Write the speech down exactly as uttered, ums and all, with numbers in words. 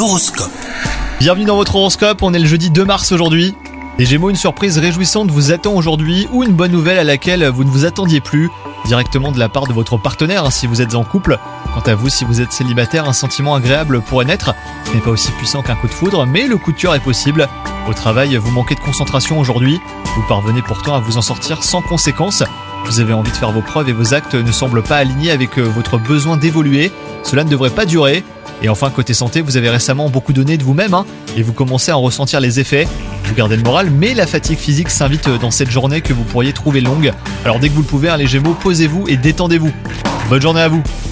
L'horoscope. Bienvenue dans votre horoscope, on est le jeudi deux mars aujourd'hui. Les Gémeaux, une surprise réjouissante vous attend aujourd'hui ou une bonne nouvelle à laquelle vous ne vous attendiez plus, directement de la part de votre partenaire hein, si vous êtes en couple. Quant à vous, si vous êtes célibataire, un sentiment agréable pourrait naître. Ce n'est pas aussi puissant qu'un coup de foudre, mais le coup de cœur est possible. Au travail, vous manquez de concentration aujourd'hui. Vous parvenez pourtant à vous en sortir sans conséquence. Vous avez envie de faire vos preuves et vos actes ne semblent pas alignés avec votre besoin d'évoluer. Cela ne devrait pas durer. Et enfin, côté santé, vous avez récemment beaucoup donné de vous-même hein, et vous commencez à en ressentir les effets. Vous gardez le moral, mais la fatigue physique s'invite dans cette journée que vous pourriez trouver longue. Alors dès que vous le pouvez, hein, les Gémeaux, posez-vous et détendez-vous. Bonne journée à vous.